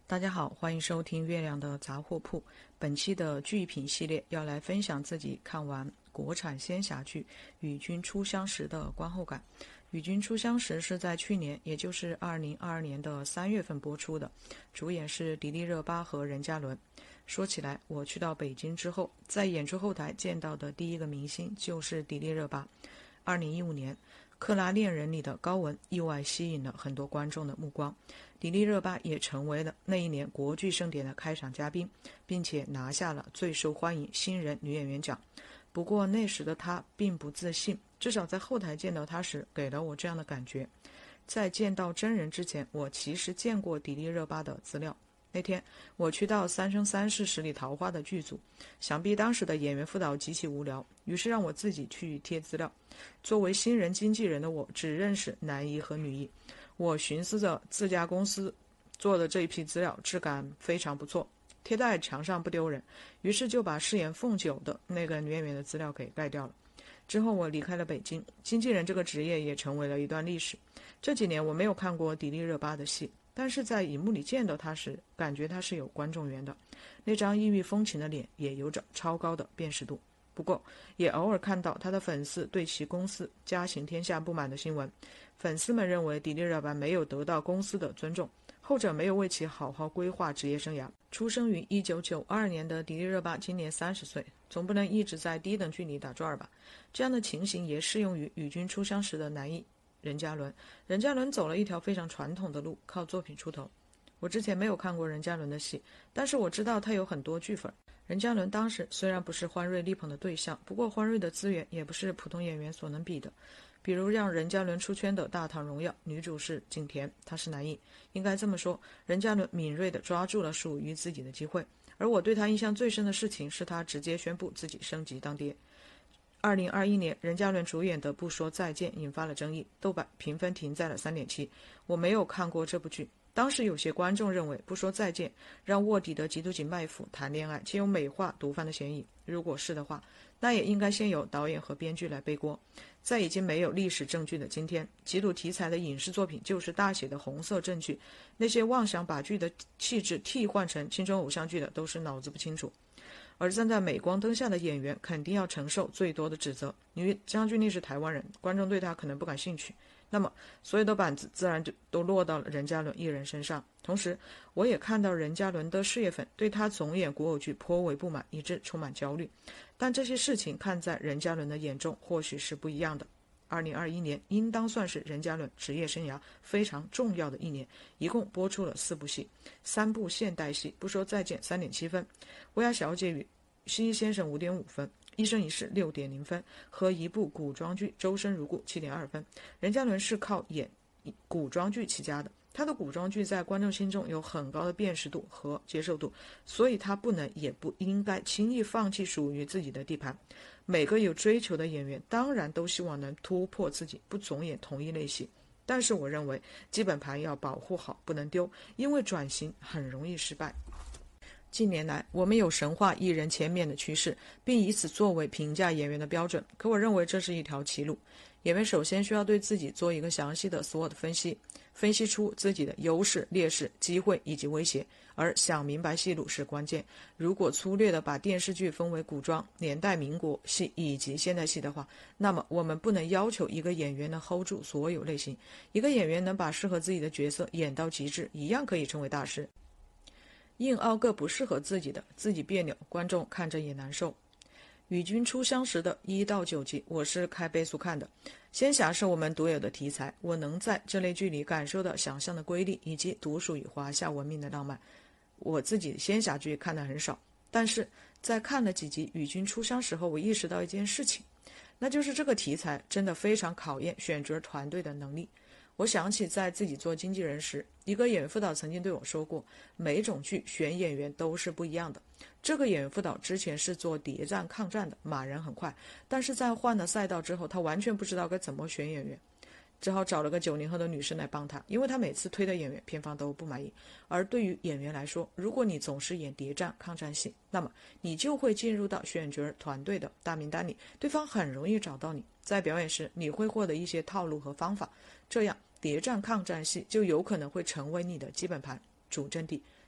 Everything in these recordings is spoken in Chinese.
大家好，欢迎收听月亮的杂货铺。本期的剧品系列要来分享自己看完国产仙侠剧《与君初相识》的观后感。《与君初相识》是在去年，也就是2022年的3月份播出的，主演是迪丽热巴和任嘉伦。说起来，我去到北京之后，在演出后台见到的第一个明星就是迪丽热巴。2015年，克拉恋人里的高雯意外吸引了很多观众的目光，迪丽热巴也成为了那一年国剧盛典的开场嘉宾，并且拿下了最受欢迎新人女演员奖。不过那时的她并不自信，至少在后台见到她时给了我这样的感觉。在见到真人之前，我其实见过迪丽热巴的资料。那天我去到《三生三世十里桃花》的剧组，想必当时的演员副导极其无聊，于是让我自己去贴资料。作为新人经纪人的我只认识男一和女一，我寻思着自家公司做的这一批资料质感非常不错，贴在墙上不丢人，于是就把饰演凤九的那个女演员的资料给盖掉了。之后我离开了北京，经纪人这个职业也成为了一段历史。这几年我没有看过迪丽热巴的戏，但是在荧幕里见到她时，感觉她是有观众缘的，那张异域风情的脸也有着超高的辨识度。不过也偶尔看到她的粉丝对其公司嘉行天下不满的新闻，粉丝们认为迪丽热巴没有得到公司的尊重，后者没有为其好好规划职业生涯。出生于1992年的迪丽热巴今年30岁，总不能一直在低等剧里打转吧。这样的情形也适用于《与君初相识》的男一任嘉伦。任嘉伦走了一条非常传统的路，靠作品出头。我之前没有看过任嘉伦的戏，但是我知道他有很多剧粉。任嘉伦当时虽然不是欢瑞力捧的对象，不过欢瑞的资源也不是普通演员所能比的。比如让任嘉伦出圈的《大唐荣耀》，女主是景甜，她是男一。应该这么说，任嘉伦敏锐地抓住了属于自己的机会。而我对他印象最深的事情是他直接宣布自己升级当爹。2021年，任嘉伦主演的《不说再见》引发了争议，豆瓣评分停在了3.7。我没有看过这部剧，当时有些观众认为《不说再见》让卧底的缉毒警脉夫谈恋爱，且有美化毒贩的嫌疑。如果是的话，那也应该先由导演和编剧来背锅。在已经没有历史证据的今天，缉毒题材的影视作品就是大写的红色证据。那些妄想把剧的气质替换成青春偶像剧的，都是脑子不清楚。而站在镁光灯下的演员肯定要承受最多的指责。因为张钧甯是台湾人，观众对她可能不感兴趣，那么所有的板子自然就都落到了任嘉伦一人身上。同时我也看到任嘉伦的事业粉对他总演古偶剧颇为不满，以致充满焦虑。但这些事情看在任嘉伦的眼中或许是不一样的。2021年应当算是任嘉伦职业生涯非常重要的一年，一共播出了4部戏，3部现代戏，不说再见3.7分，薇娅小姐与西先生5.5分，一生一世6.0分，和一部古装剧周生如故7.2分。任嘉伦是靠演古装剧起家的，他的古装剧在观众心中有很高的辨识度和接受度，所以他不能也不应该轻易放弃属于自己的地盘。每个有追求的演员当然都希望能突破自己，不总演同一类戏，但是我认为基本盘要保护好，不能丢，因为转型很容易失败。近年来我们有神话艺人千面的趋势，并以此作为评价演员的标准，可我认为这是一条歧路。演员首先需要对自己做一个详细的SWOT分析，分析出自己的优势、劣势、机会以及威胁，而想明白戏路是关键。如果粗略地把电视剧分为古装、年代民国戏以及现代戏的话，那么我们不能要求一个演员能 hold 住所有类型。一个演员能把适合自己的角色演到极致，一样可以成为大师。硬凹个不适合自己的，自己别扭，观众看着也难受。与君初相识的1到9集，我是开倍速看的。仙侠是我们独有的题材，我能在这类剧里感受到想象的瑰丽以及独属于华夏文明的浪漫。我自己仙侠剧看得很少，但是在看了几集与君初相识后，我意识到一件事情，那就是这个题材真的非常考验选角团队的能力。我想起在自己做经纪人时，一个演员副导曾经对我说过，每种剧选演员都是不一样的。这个演员副导之前是做谍战抗战的，马人很快，但是在换了赛道之后，他完全不知道该怎么选演员，只好找了个90后的女生来帮他，因为他每次推的演员片方都不满意。而对于演员来说，如果你总是演谍战抗战戏，那么你就会进入到选角团队的大名单里，对方很容易找到你，在表演时你会获得一些套路和方法，这样谍战抗战戏就有可能会成为你的基本盘主阵地。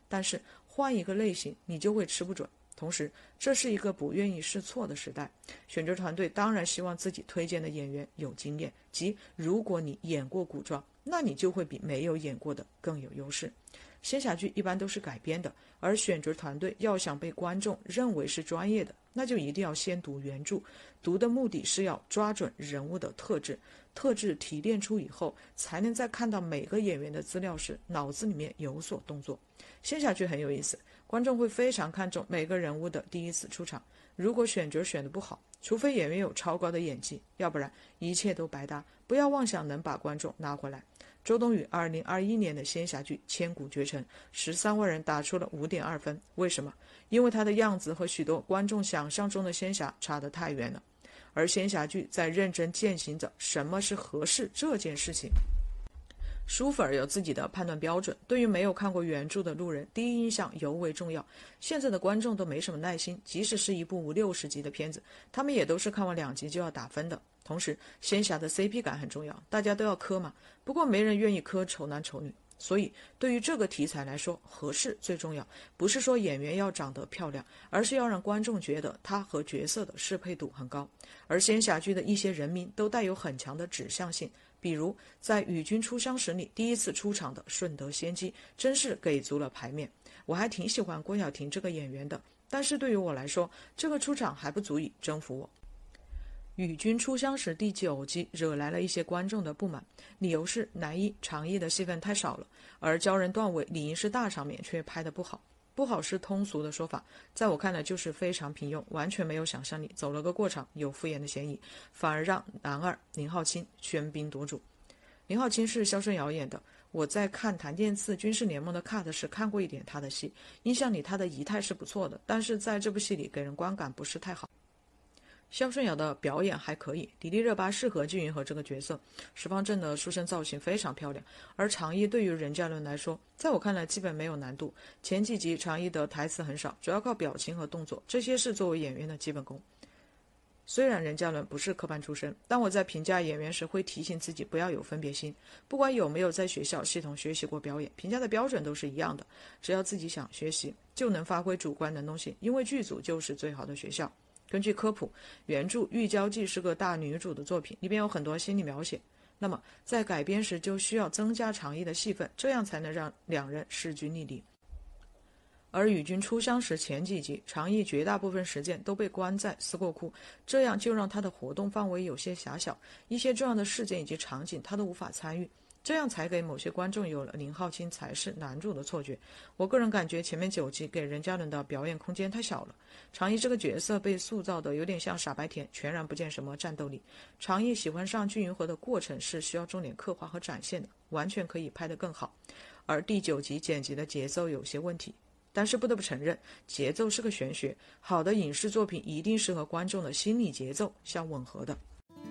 但是换一个类型你就会吃不准。同时这是一个不愿意试错的时代，选角团队当然希望自己推荐的演员有经验，即如果你演过古装，那你就会比没有演过的更有优势。仙侠剧一般都是改编的，而选角团队要想被观众认为是专业的，那就一定要先读原著，读的目的是要抓准人物的特质提炼出以后，才能在看到每个演员的资料时脑子里面有所动作。仙侠剧很有意思，观众会非常看重每个人物的第一次出场，如果选角选得不好，除非演员有超高的演技，要不然一切都白搭，不要妄想能把观众拿回来。周冬雨2021年的仙侠剧《千古绝尘》，13万人打出了5.2分，为什么？因为她的样子和许多观众想象中的仙侠差得太远了。而仙侠剧在认真践行着什么是合适这件事情。书粉有自己的判断标准，对于没有看过原著的路人，第一印象尤为重要。现在的观众都没什么耐心，即使是一部50-60集的片子，他们也都是看完2集就要打分的。同时仙侠的 CP 感很重要，大家都要磕嘛，不过没人愿意磕丑男丑女，所以对于这个题材来说，合适最重要，不是说演员要长得漂亮，而是要让观众觉得他和角色的适配度很高。而仙侠剧的一些人名都带有很强的指向性，比如在《与君初相识》里第一次出场的顺德仙姬，真是给足了牌面。我还挺喜欢郭晓婷这个演员的，但是对于我来说，这个出场还不足以征服我。与君初相识第9集惹来了一些观众的不满，理由是男一常毅的戏份太少了，而鲛人段尾理应是大场面却拍得不好。不好是通俗的说法，在我看来就是非常平庸，完全没有想象力，走了个过场，有敷衍的嫌疑，反而让男二林浩清喧宾夺主。林浩清是肖申瑶演的，我在看谭健次军事联盟的 cut 时看过一点他的戏，印象里他的仪态是不错的，但是在这部戏里给人观感不是太好。肖申瑶的表演还可以，迪丽热巴适合季云和这个角色，石方正的书生造型非常漂亮，而常毅对于任嘉伦来说，在我看来基本没有难度。前几集常毅的台词很少，主要靠表情和动作，这些是作为演员的基本功。虽然任嘉伦不是科班出身，但我在评价演员时会提醒自己不要有分别心，不管有没有在学校系统学习过表演，评价的标准都是一样的，只要自己想学习，就能发挥主观能动性，因为剧组就是最好的学校。根据科普，原著《玉娇记》是个大女主的作品，里边有很多心理描写，那么在改编时就需要增加常毅的戏份，这样才能让两人势均力敌。而与君初相识前几集，常毅绝大部分时间都被关在思过窟，这样就让他的活动范围有些狭小，一些重要的事件以及场景他都无法参与，这样才给某些观众有了林浩清才是男主的错觉。我个人感觉前面9集给任嘉伦的表演空间太小了，常毅这个角色被塑造的有点像傻白甜，全然不见什么战斗力。常毅喜欢上具云和的过程是需要重点刻画和展现的，完全可以拍得更好。而第9集剪辑的节奏有些问题，但是不得不承认，节奏是个玄学，好的影视作品一定是和观众的心理节奏相吻合的。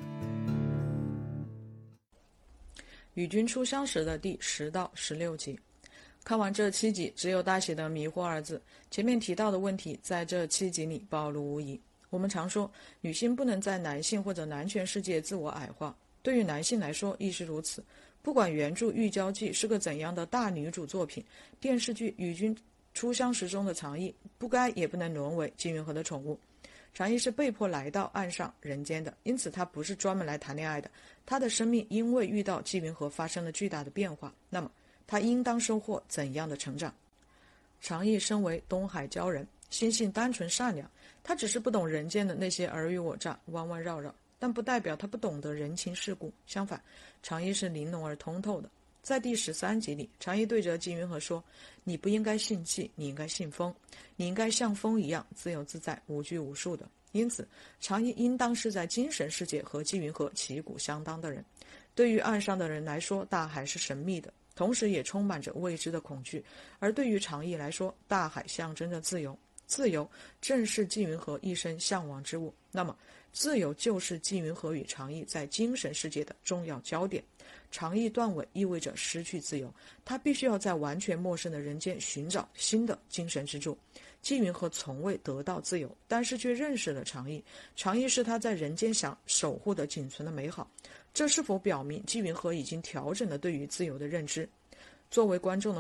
与君初相识的第10到16集，看完这7集，只有大写的迷惑2字。前面提到的问题在这7集里暴露无遗。我们常说女性不能在男性或者男权世界自我矮化，对于男性来说亦是如此。不管原著《玉娇记》是个怎样的大女主作品，电视剧《与君初相识》中的常毅不该也不能沦为金云和的宠物。常毅是被迫来到岸上人间的，因此他不是专门来谈恋爱的，他的生命因为遇到纪云和发生了巨大的变化，那么他应当收获怎样的成长？常毅身为东海鲛人，心性单纯善良，他只是不懂人间的那些尔虞我诈、弯弯绕绕，但不代表他不懂得人情世故，相反，常毅是玲珑而通透的。在第13集里，常毅对着金云和说，你不应该信气，你应该信风，你应该像风一样自由自在、无拘无束的。因此常毅应当是在精神世界和金云和旗鼓相当的人。对于岸上的人来说，大海是神秘的，同时也充满着未知的恐惧，而对于常毅来说，大海象征着自由，自由正是纪云和一生向往之物。那么自由就是纪云和与常毅在精神世界的重要焦点。常毅断尾意味着失去自由，他必须要在完全陌生的人间寻找新的精神支柱。纪云和从未得到自由，但是却认识了常毅，常毅是他在人间想守护的仅存的美好。这是否表明纪云和已经调整了对于自由的认知？作为观众的我，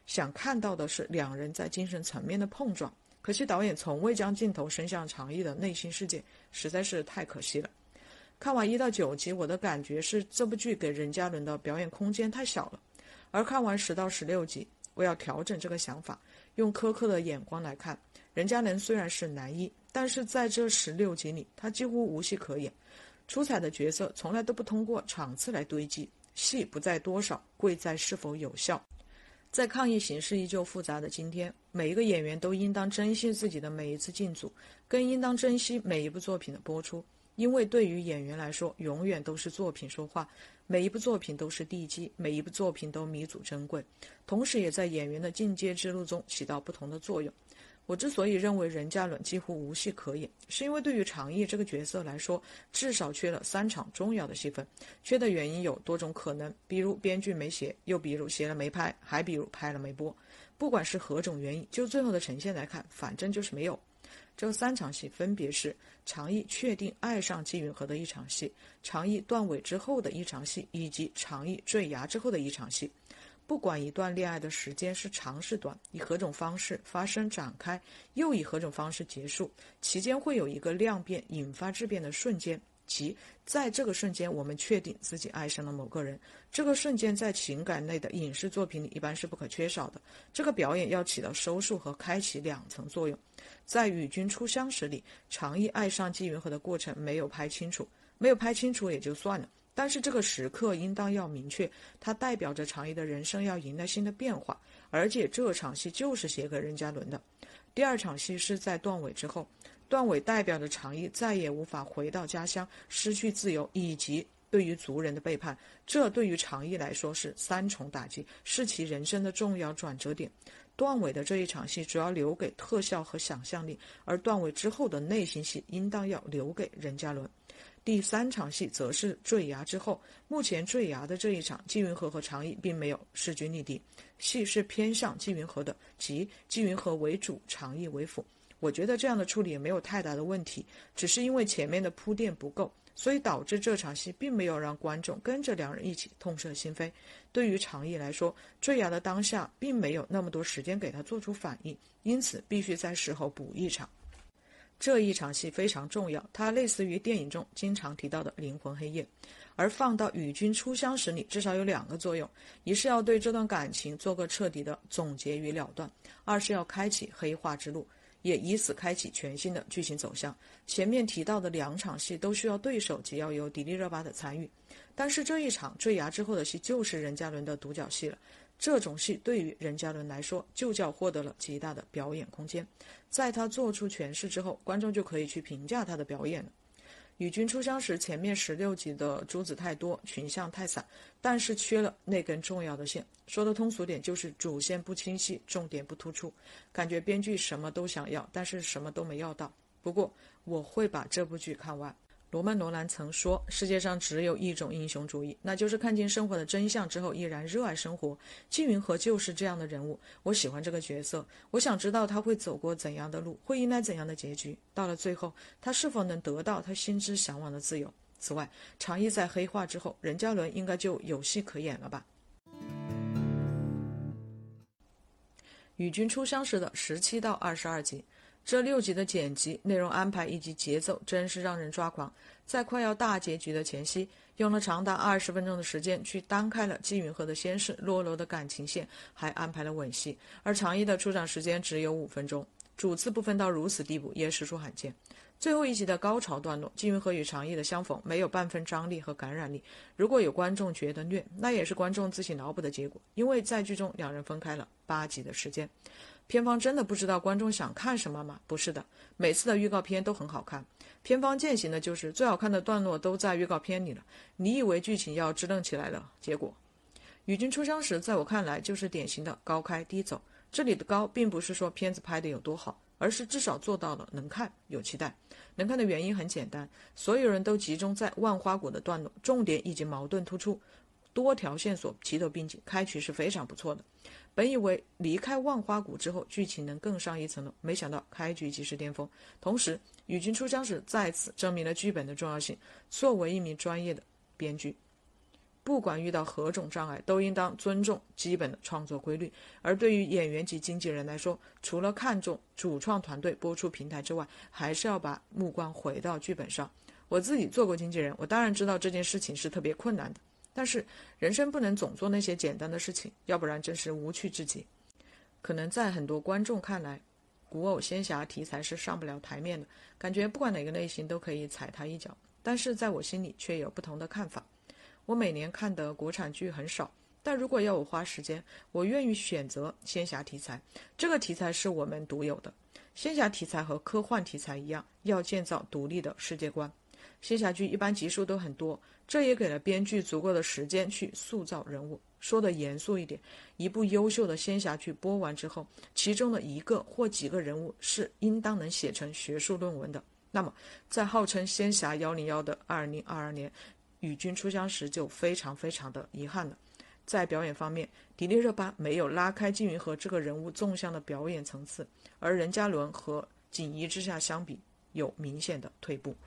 想看到的是两人在精神层面的碰撞。可惜导演从未将镜头伸向常毅的内心世界，实在是太可惜了。看完1到9集，我的感觉是这部剧给任嘉伦的表演空间太小了，而看完10到16集，我要调整这个想法，用苛刻的眼光来看。任嘉伦虽然是男一，但是在这16集里，他几乎无戏可演。出彩的角色从来都不通过场次来堆积，戏不在多少，贵在是否有效。在抗疫形势依旧复杂的今天，每一个演员都应当珍惜自己的每一次进组，更应当珍惜每一部作品的播出。因为对于演员来说，永远都是作品说话，每一部作品都是地基，每一部作品都弥足珍贵，同时也在演员的进阶之路中起到不同的作用。我之所以认为任嘉伦几乎无戏可演，是因为对于常毅这个角色来说，至少缺了3场重要的戏份。缺的原因有多种可能，比如编剧没写，又比如写了没拍，还比如拍了没播。不管是何种原因，就最后的呈现来看，反正就是没有。这3场戏分别是常毅确定爱上季云和的一场戏，常毅断尾之后的一场戏，以及常毅坠崖之后的一场戏。不管一段恋爱的时间是长是短，以何种方式发生展开，又以何种方式结束，其间会有一个量变引发质变的瞬间，即在这个瞬间我们确定自己爱上了某个人。这个瞬间在情感类的影视作品里一般是不可缺少的，这个表演要起到收束和开启2层作用。在与君初相识里，常毅爱上季云和的过程没有拍清楚也就算了，但是这个时刻应当要明确，它代表着常毅的人生要迎来新的变化，而且这场戏就是写给任嘉伦的。第2场戏是在断尾之后，断尾代表着常毅再也无法回到家乡，失去自由，以及对于族人的背叛。这对于常毅来说是3重打击，是其人生的重要转折点。断尾的这一场戏主要留给特效和想象力，而断尾之后的内心戏应当要留给任嘉伦。第3场戏则是坠崖之后，目前坠崖的这一场，季云和和常毅并没有势均力敌，戏是偏向季云和的，即季云和为主，常毅为辅。我觉得这样的处理也没有太大的问题，只是因为前面的铺垫不够，所以导致这场戏并没有让观众跟着2人一起痛彻心扉。对于常毅来说，坠崖的当下并没有那么多时间给他做出反应，因此必须在事后补一场。这一场戏非常重要，它类似于电影中经常提到的灵魂黑夜，而放到与君初相识里至少有2个作用：一是要对这段感情做个彻底的总结与了断，二是要开启黑化之路，也以此开启全新的剧情走向。前面提到的2场戏都需要对手即要有迪丽热巴的参与，但是这一场坠崖之后的戏就是任嘉伦的独角戏了。这种戏对于任嘉伦来说就叫获得了极大的表演空间，在他做出诠释之后，观众就可以去评价他的表演了。与君初相识前面16集的珠子太多，群像太散，但是缺了那根重要的线。说的通俗点就是主线不清晰，重点不突出，感觉编剧什么都想要，但是什么都没要到。不过我会把这部剧看完。罗曼·罗兰曾说，世界上只有一种英雄主义，那就是看清生活的真相之后依然热爱生活。季云和就是这样的人物，我喜欢这个角色，我想知道他会走过怎样的路，会迎来怎样的结局，到了最后他是否能得到他心之向往的自由。此外，常毅在黑化之后，任嘉伦应该就有戏可演了吧。与君初相识的17到22集，这6集的剪辑、内容安排以及节奏真是让人抓狂。在快要大结局的前夕，用了长达20分钟的时间去单开了季云和的先是落楼的感情线，还安排了吻戏，而常毅的出场时间只有5分钟，主次不分到如此地步也实属罕见。最后一集的高潮段落，季云和与常毅的相逢没有半分张力和感染力，如果有观众觉得虐，那也是观众自行脑补的结果，因为在剧中2人分开了8集的时间。片方真的不知道观众想看什么吗？不是的，每次的预告片都很好看，片方践行的就是最好看的段落都在预告片里了，你以为剧情要支棱起来了，结果与君初相识在我看来就是典型的高开低走。这里的高并不是说片子拍得有多好，而是至少做到了能看有期待。能看的原因很简单，所有人都集中在万花谷的段落，重点以及矛盾突出，多条线索齐头并进，开局是非常不错的。本以为离开万花谷之后剧情能更上一层楼，没想到开局即是巅峰。同时与君初相识再次证明了剧本的重要性。作为一名专业的编剧， 不管遇到何种障碍，都应当尊重基本的创作规律。而对于演员及经纪人来说，除了看重主创团队、播出平台之外，还是要把目光回到剧本上。我自己做过经纪人，我当然知道这件事情是特别困难的，但是人生不能总做那些简单的事情，要不然真是无趣至极。可能在很多观众看来，古偶仙侠题材是上不了台面的，感觉不管哪个类型都可以踩他一脚，但是在我心里却有不同的看法。我每年看的国产剧很少，但如果要我花时间，我愿意选择仙侠题材。这个题材是我们独有的。仙侠题材和科幻题材一样，要建造独立的世界观。仙侠剧一般集数都很多，这也给了编剧足够的时间去塑造人物。说得严肃一点，一部优秀的仙侠剧播完之后，其中的一个或几个人物是应当能写成学术论文的。那么在号称仙侠101的2022年，与君初相识就非常的遗憾了。在表演方面，迪丽热巴没有拉开金云和这个人物纵向的表演层次，而任嘉伦和锦衣之下相比有明显的退步。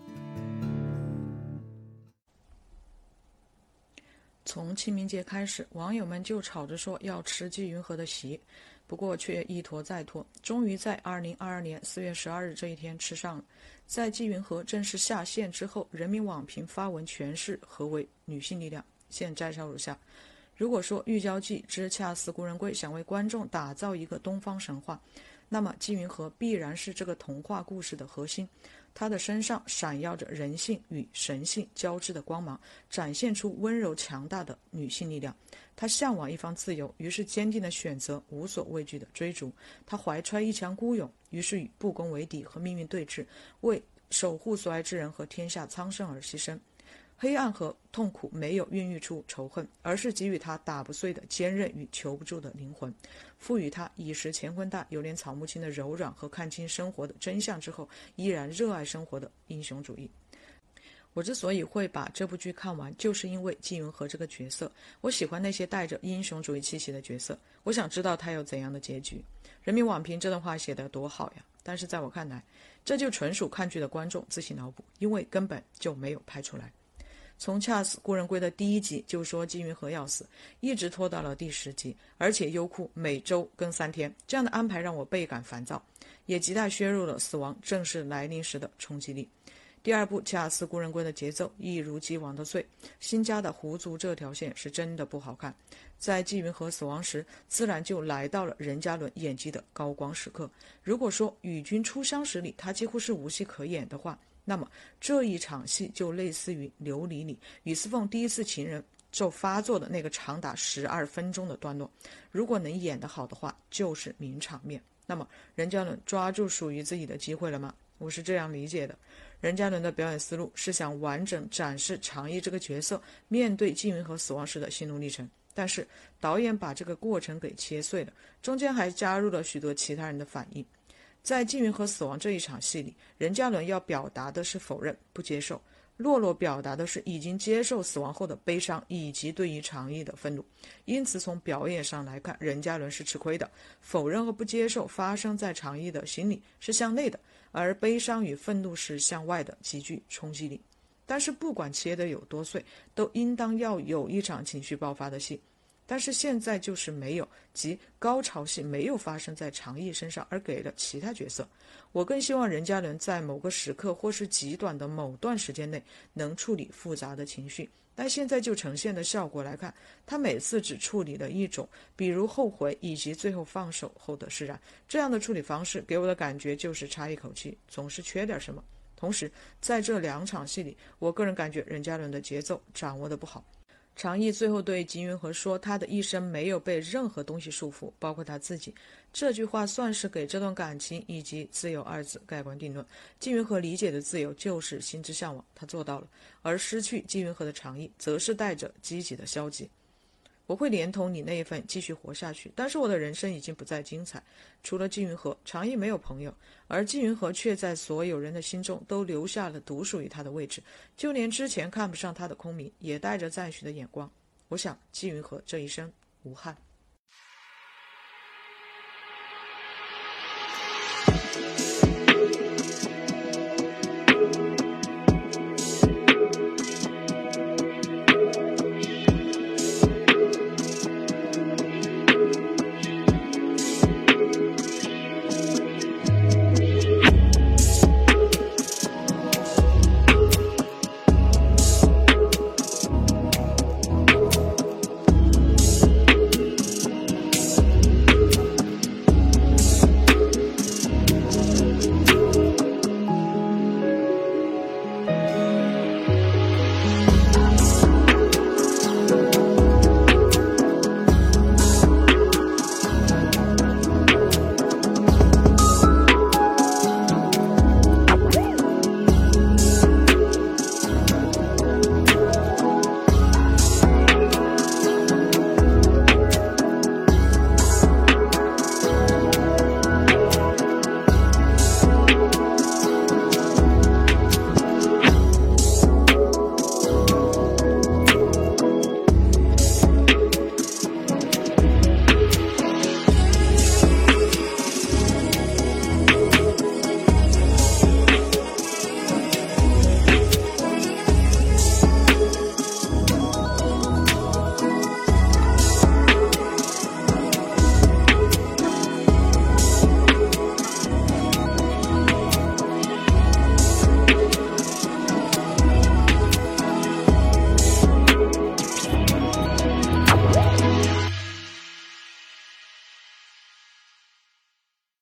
从清明节开始，网友们就吵着说要吃纪云和的席，不过却一拖再拖，终于在2022年4月12日这一天吃上了。在纪云和正式下线之后，人民网评发文诠释何为女性力量，现摘抄如下。如果说《玉娇记之恰似故人归》想为观众打造一个东方神话，那么纪云和必然是这个童话故事的核心。她的身上闪耀着人性与神性交织的光芒，展现出温柔强大的女性力量。她向往一方自由，于是坚定地选择无所畏惧的追逐。她怀揣一腔孤勇，于是与不公为敌和命运对峙，为守护所爱之人和天下苍生而牺牲。黑暗和痛苦没有孕育出仇恨，而是给予他打不碎的坚韧与求不住的灵魂，赋予他一时乾坤大，有点草木青的柔软和看清生活的真相之后依然热爱生活的英雄主义。我之所以会把这部剧看完，就是因为纪云和这个角色，我喜欢那些带着英雄主义气息的角色，我想知道他有怎样的结局。人民网评这段话写得多好呀，但是在我看来，这就纯属看剧的观众自行脑补，因为根本就没有拍出来。从恰似故人归的第1集就说纪云和要死，一直拖到了第10集，而且优酷每周更3天，这样的安排让我倍感烦躁，也极大削弱了死亡正式来临时的冲击力。第2部恰似故人归的节奏一如既往的碎，新加的狐族这条线是真的不好看。在纪云和死亡时，自然就来到了任嘉伦演技的高光时刻。如果说与君初相识里他几乎是无戏可演的话，那么这一场戏就类似于琉璃里雨丝凤第一次情人就发作的那个长达12分钟的段落，如果能演得好的话，就是名场面。那么任嘉伦抓住属于自己的机会了吗？我是这样理解的，任嘉伦的表演思路是想完整展示常毅这个角色面对纪云和死亡时的心路历程，但是导演把这个过程给切碎了，中间还加入了许多其他人的反应。在纪云和死亡这一场戏里，任嘉伦要表达的是否认、不接受，洛洛表达的是已经接受死亡后的悲伤以及对于常毅的愤怒。因此从表演上来看，任嘉伦是吃亏的。否认和不接受发生在常毅的心里是向内的，而悲伤与愤怒是向外的，极具冲击力。但是不管切得有多碎，都应当要有一场情绪爆发的戏。但是现在就是没有，即高潮戏没有发生在常毅身上，而给了其他角色。我更希望任嘉伦在某个时刻或是极短的某段时间内能处理复杂的情绪，但现在就呈现的效果来看，他每次只处理了一种，比如后悔以及最后放手后的释然。这样的处理方式给我的感觉就是差一口气，总是缺点什么。同时在这2场戏里，我个人感觉任嘉伦的节奏掌握得不好。常毅最后对纪云和说，他的一生没有被任何东西束缚，包括他自己。这句话算是给这段感情以及自由2字盖棺定论。纪云和理解的自由就是心之向往，他做到了，而失去纪云和的常毅则是带着积极的消极。我会连同你那一份继续活下去，但是我的人生已经不再精彩。除了纪云和，常毅没有朋友，而纪云和却在所有人的心中都留下了独属于他的位置，就连之前看不上他的空明也带着赞许的眼光。我想纪云和这一生无憾。